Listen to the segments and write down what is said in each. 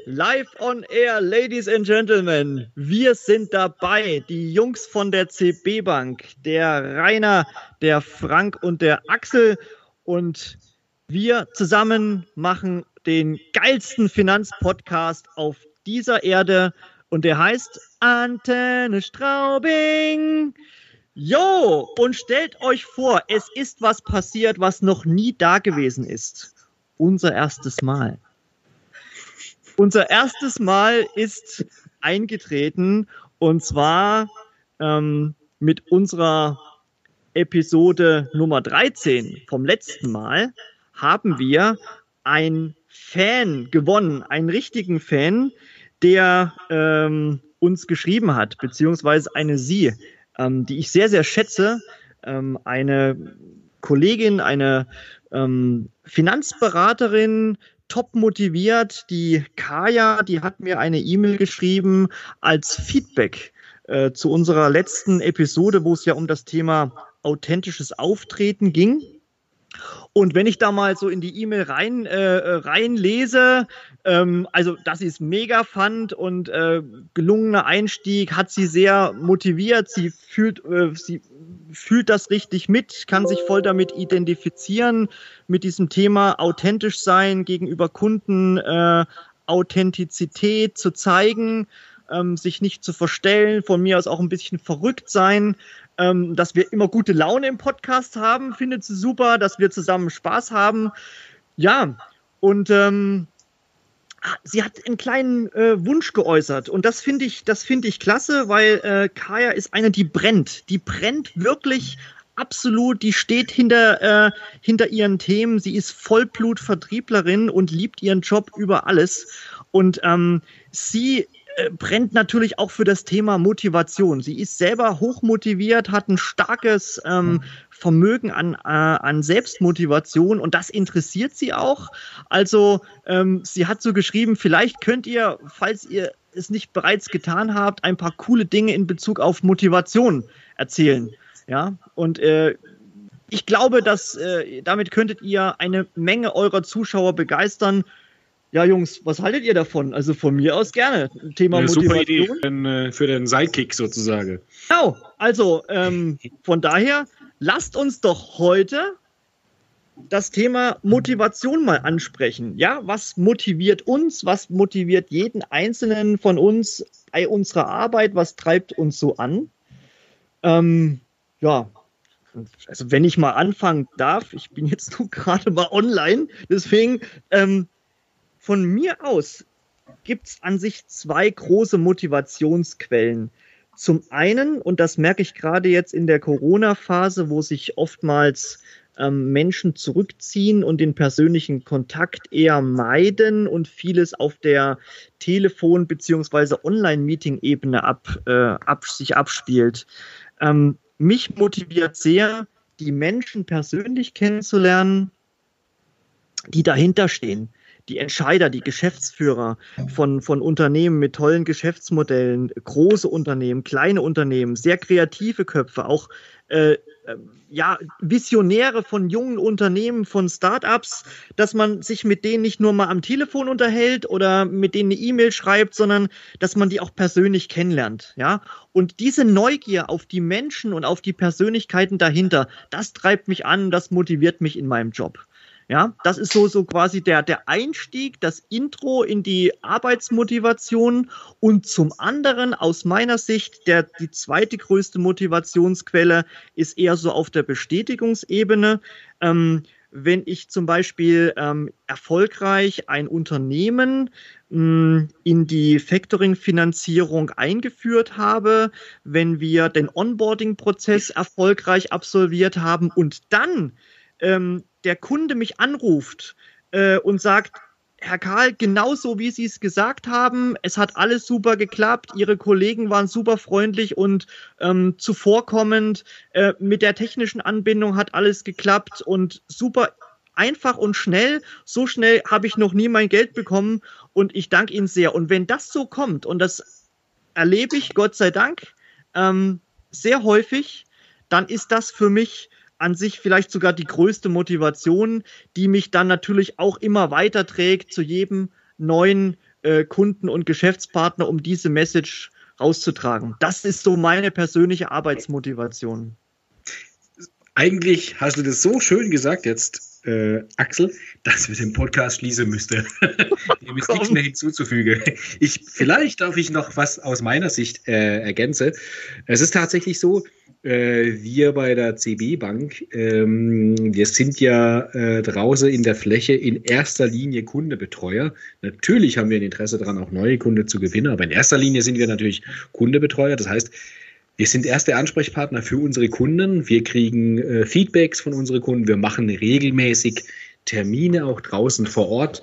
live on air, Ladies and Gentlemen. Wir sind dabei, die Jungs von der CB Bank, der Rainer, der Frank und der Axel. Und wir zusammen machen den geilsten Finanzpodcast auf dieser Erde. Und der heißt Antenne Straubing. Jo, und stellt euch vor, es ist was passiert, was noch nie da gewesen ist. Unser erstes Mal. Unser erstes Mal ist eingetreten, und zwar mit unserer Episode Nummer 13 vom letzten Mal haben wir einen Fan gewonnen, einen richtigen Fan, der uns geschrieben hat, beziehungsweise eine Sie, die ich sehr, sehr schätze, eine Kollegin, eine Finanzberaterin, top motiviert, die Kaya, die hat mir eine E-Mail geschrieben als Feedback zu unserer letzten Episode, wo es ja um das Thema authentisches Auftreten ging. Und wenn ich da mal so in die E-Mail reinlese, also dass sie es mega fand und gelungener Einstieg, hat sie sehr motiviert, sie fühlt das richtig mit, kann sich voll damit identifizieren, mit diesem Thema authentisch sein gegenüber Kunden, Authentizität zu zeigen, sich nicht zu verstellen, von mir aus auch ein bisschen verrückt sein, dass wir immer gute Laune im Podcast haben, findet sie super, dass wir zusammen Spaß haben. Ja, und sie hat einen kleinen Wunsch geäußert, und das finde ich klasse, weil Kaya ist eine, die brennt wirklich absolut, die steht hinter ihren Themen, sie ist Vollblut-Vertrieblerin und liebt ihren Job über alles, und sie brennt natürlich auch für das Thema Motivation. Sie ist selber hochmotiviert, hat ein starkes Vermögen an Selbstmotivation, und das interessiert sie auch. Also sie hat so geschrieben, vielleicht könnt ihr, falls ihr es nicht bereits getan habt, ein paar coole Dinge in Bezug auf Motivation erzählen. Ja, und ich glaube, dass damit könntet ihr eine Menge eurer Zuschauer begeistern. Ja, Jungs, was haltet ihr davon? Also von mir aus gerne. Thema Motivation. Super Idee für den Sidekick sozusagen. Genau, also von daher, lasst uns doch heute das Thema Motivation mal ansprechen. Ja, was motiviert uns? Was motiviert jeden Einzelnen von uns bei unserer Arbeit? Was treibt uns so an? Ja, also wenn ich mal anfangen darf, ich bin jetzt nur gerade mal online, deswegen von mir aus gibt es an sich zwei große Motivationsquellen. Zum einen, und das merke ich gerade jetzt in der Corona-Phase, wo sich oftmals Menschen zurückziehen und den persönlichen Kontakt eher meiden und vieles auf der Telefon- bzw. Online-Meeting-Ebene sich abspielt. Mich motiviert sehr, die Menschen persönlich kennenzulernen, die dahinter stehen. Die Entscheider, die Geschäftsführer von Unternehmen mit tollen Geschäftsmodellen, große Unternehmen, kleine Unternehmen, sehr kreative Köpfe, auch Visionäre von jungen Unternehmen, von Startups, dass man sich mit denen nicht nur mal am Telefon unterhält oder mit denen eine E-Mail schreibt, sondern dass man die auch persönlich kennenlernt. Ja? Und diese Neugier auf die Menschen und auf die Persönlichkeiten dahinter, das treibt mich an, das motiviert mich in meinem Job. Ja, das ist so quasi der Einstieg, das Intro in die Arbeitsmotivation, und zum anderen aus meiner Sicht die zweite größte Motivationsquelle ist eher so auf der Bestätigungsebene. Wenn ich zum Beispiel erfolgreich ein Unternehmen in die Factoring-Finanzierung eingeführt habe, wenn wir den Onboarding-Prozess erfolgreich absolviert haben und dann der Kunde mich anruft und sagt, Herr Karl, genauso wie Sie es gesagt haben, es hat alles super geklappt, Ihre Kollegen waren super freundlich und zuvorkommend, mit der technischen Anbindung hat alles geklappt und super einfach und schnell, so schnell habe ich noch nie mein Geld bekommen, und ich danke Ihnen sehr. Und wenn das so kommt, und das erlebe ich, Gott sei Dank, sehr häufig, dann ist das für mich an sich vielleicht sogar die größte Motivation, die mich dann natürlich auch immer weiter trägt zu jedem neuen Kunden und Geschäftspartner, um diese Message rauszutragen. Das ist so meine persönliche Arbeitsmotivation. Eigentlich hast du das so schön gesagt jetzt, Axel, dass wir den Podcast schließen müssten. Dem ist nichts mehr hinzuzufügen. Vielleicht darf ich noch was aus meiner Sicht ergänzen. Es ist tatsächlich so, wir bei der CB Bank, wir sind ja draußen in der Fläche in erster Linie Kundenbetreuer. Natürlich haben wir ein Interesse daran, auch neue Kunden zu gewinnen, aber in erster Linie sind wir natürlich Kundenbetreuer. Das heißt, wir sind erste Ansprechpartner für unsere Kunden. Wir kriegen Feedbacks von unseren Kunden. Wir machen regelmäßig Termine auch draußen vor Ort,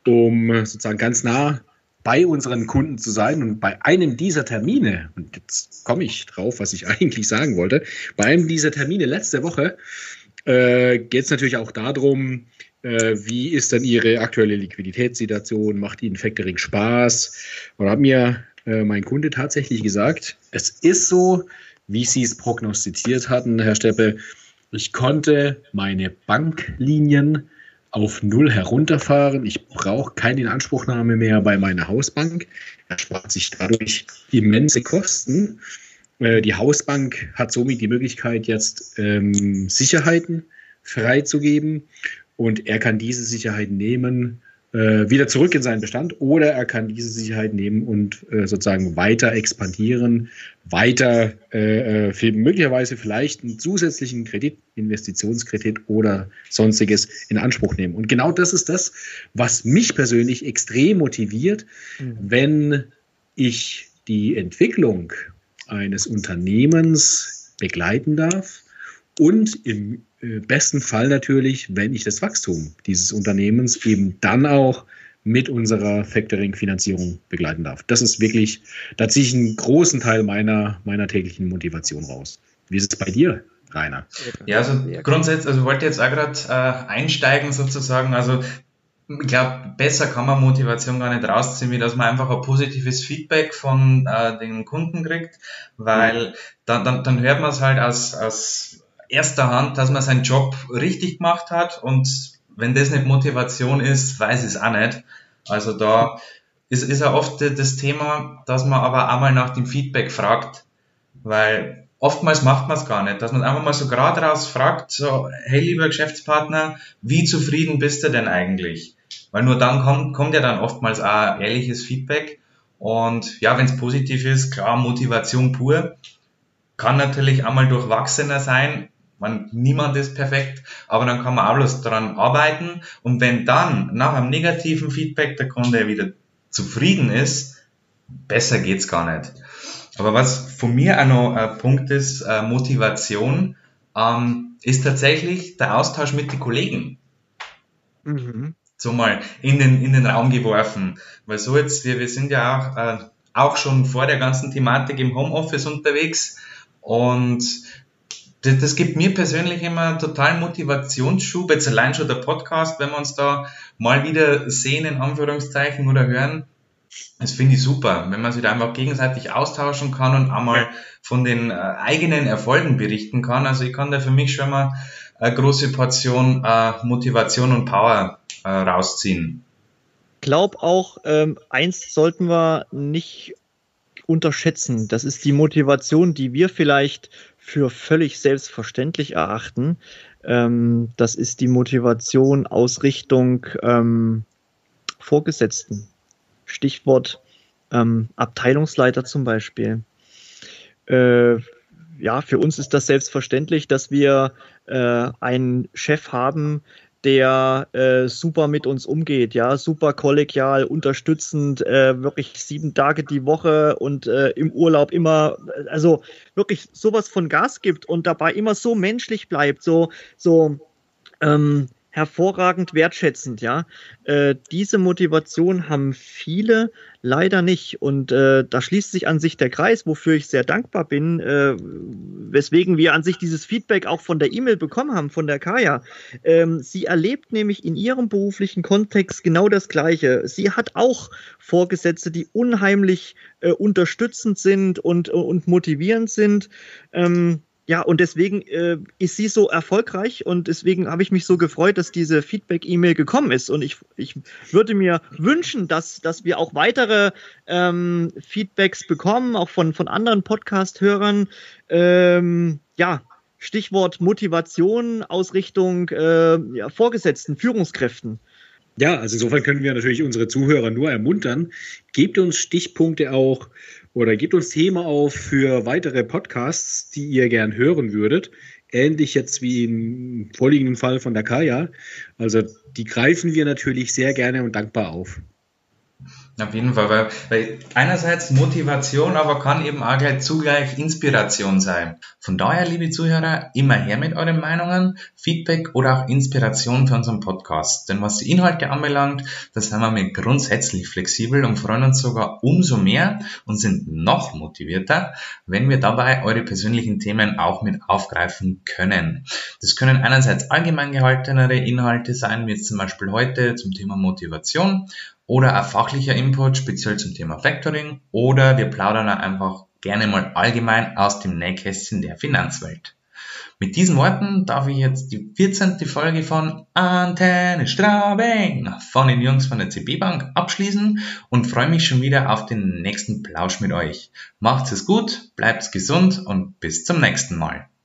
um sozusagen ganz nah bei unseren Kunden zu sein. Und bei einem dieser Termine, und jetzt komme ich drauf, was ich eigentlich sagen wollte, bei einem dieser Termine letzte Woche geht es natürlich auch darum, wie ist denn Ihre aktuelle Liquiditätssituation? Macht Ihnen Factoring Spaß? Und hat mir mein Kunde tatsächlich gesagt, es ist so, wie Sie es prognostiziert hatten, Herr Steppe. Ich konnte meine Banklinien auf 0 herunterfahren. Ich brauche keine Inanspruchnahme mehr bei meiner Hausbank. Er spart sich dadurch immense Kosten. Die Hausbank hat somit die Möglichkeit, jetzt Sicherheiten freizugeben. Und er kann diese Sicherheiten nehmen, wieder zurück in seinen Bestand, oder er kann diese Sicherheit nehmen und sozusagen weiter expandieren, weiter möglicherweise vielleicht einen zusätzlichen Kredit, Investitionskredit oder sonstiges in Anspruch nehmen. Und genau das ist das, was mich persönlich extrem motiviert, wenn ich die Entwicklung eines Unternehmens begleiten darf und im besten Fall natürlich, wenn ich das Wachstum dieses Unternehmens eben dann auch mit unserer Factoring-Finanzierung begleiten darf. Das ist wirklich, da ziehe ich einen großen Teil meiner täglichen Motivation raus. Wie ist es bei dir, Rainer? Ja, also grundsätzlich, also ich wollte jetzt auch gerade einsteigen sozusagen, also ich glaube, besser kann man Motivation gar nicht rausziehen, wie dass man einfach ein positives Feedback von den Kunden kriegt, weil dann hört man es halt aus erster Hand, dass man seinen Job richtig gemacht hat, und wenn das nicht Motivation ist, weiß ich es auch nicht. Also da ist ja oft das Thema, dass man aber auch mal nach dem Feedback fragt, weil oftmals macht man es gar nicht, dass man einfach mal so gerade raus fragt, so, hey lieber Geschäftspartner, wie zufrieden bist du denn eigentlich? Weil nur dann kommt ja dann oftmals auch ehrliches Feedback, und ja, wenn es positiv ist, klar, Motivation pur, kann natürlich auch mal durchwachsener sein. Niemand ist perfekt, aber dann kann man auch bloß daran arbeiten, und wenn dann nach einem negativen Feedback der Kunde wieder zufrieden ist, besser geht's gar nicht. Aber was von mir auch noch ein Punkt ist, Motivation, ist tatsächlich der Austausch mit den Kollegen. So mal in den Raum geworfen, weil so jetzt, wir sind ja auch schon vor der ganzen Thematik im Homeoffice unterwegs, und das gibt mir persönlich immer einen totalen Motivationsschub, jetzt allein schon der Podcast, wenn wir uns da mal wieder sehen, in Anführungszeichen, oder hören, das finde ich super, wenn man sich da einfach gegenseitig austauschen kann und einmal von den eigenen Erfolgen berichten kann. Also ich kann da für mich schon mal eine große Portion Motivation und Power rausziehen. Ich glaube auch, eins sollten wir nicht unterschätzen. Das ist die Motivation, die wir vielleicht für völlig selbstverständlich erachten. Das ist die Motivation aus Richtung Vorgesetzten. Stichwort Abteilungsleiter zum Beispiel. Ja, für uns ist das selbstverständlich, dass wir einen Chef haben, der super mit uns umgeht, ja, super kollegial, unterstützend, wirklich 7 Tage die Woche und im Urlaub immer, also wirklich sowas von Gas gibt und dabei immer so menschlich bleibt, so hervorragend wertschätzend, ja. Diese Motivation haben viele leider nicht, und da schließt sich an sich der Kreis, wofür ich sehr dankbar bin, weswegen wir an sich dieses Feedback auch von der E-Mail bekommen haben, von der Kaya. Sie erlebt nämlich in ihrem beruflichen Kontext genau das Gleiche. Sie hat auch Vorgesetzte, die unheimlich unterstützend sind und motivierend sind. Ja, und deswegen ist sie so erfolgreich und deswegen habe ich mich so gefreut, dass diese Feedback-E-Mail gekommen ist. Und ich würde mir wünschen, dass wir auch weitere Feedbacks bekommen, auch von anderen Podcast-Hörern. Ja, Stichwort Motivation aus Richtung Vorgesetzten, Führungskräften. Ja, also insofern können wir natürlich unsere Zuhörer nur ermuntern. Gebt uns Stichpunkte auch oder gebt uns Themen auf für weitere Podcasts, die ihr gern hören würdet. Ähnlich jetzt wie im vorliegenden Fall von der Kaya. Also die greifen wir natürlich sehr gerne und dankbar auf. Auf jeden Fall, weil einerseits Motivation, aber kann eben auch gleich zugleich Inspiration sein. Von daher, liebe Zuhörer, immer her mit euren Meinungen, Feedback oder auch Inspiration für unseren Podcast. Denn was die Inhalte anbelangt, da sind wir grundsätzlich flexibel und freuen uns sogar umso mehr und sind noch motivierter, wenn wir dabei eure persönlichen Themen auch mit aufgreifen können. Das können einerseits allgemein gehaltenere Inhalte sein, wie jetzt zum Beispiel heute zum Thema Motivation, oder ein fachlicher Input, speziell zum Thema Factoring, oder wir plaudern auch einfach gerne mal allgemein aus dem Nähkästchen der Finanzwelt. Mit diesen Worten darf ich jetzt die 14. Folge von Antenne Straubing von den Jungs von der CB Bank abschließen und freue mich schon wieder auf den nächsten Plausch mit euch. Macht's es gut, bleibt's gesund und bis zum nächsten Mal.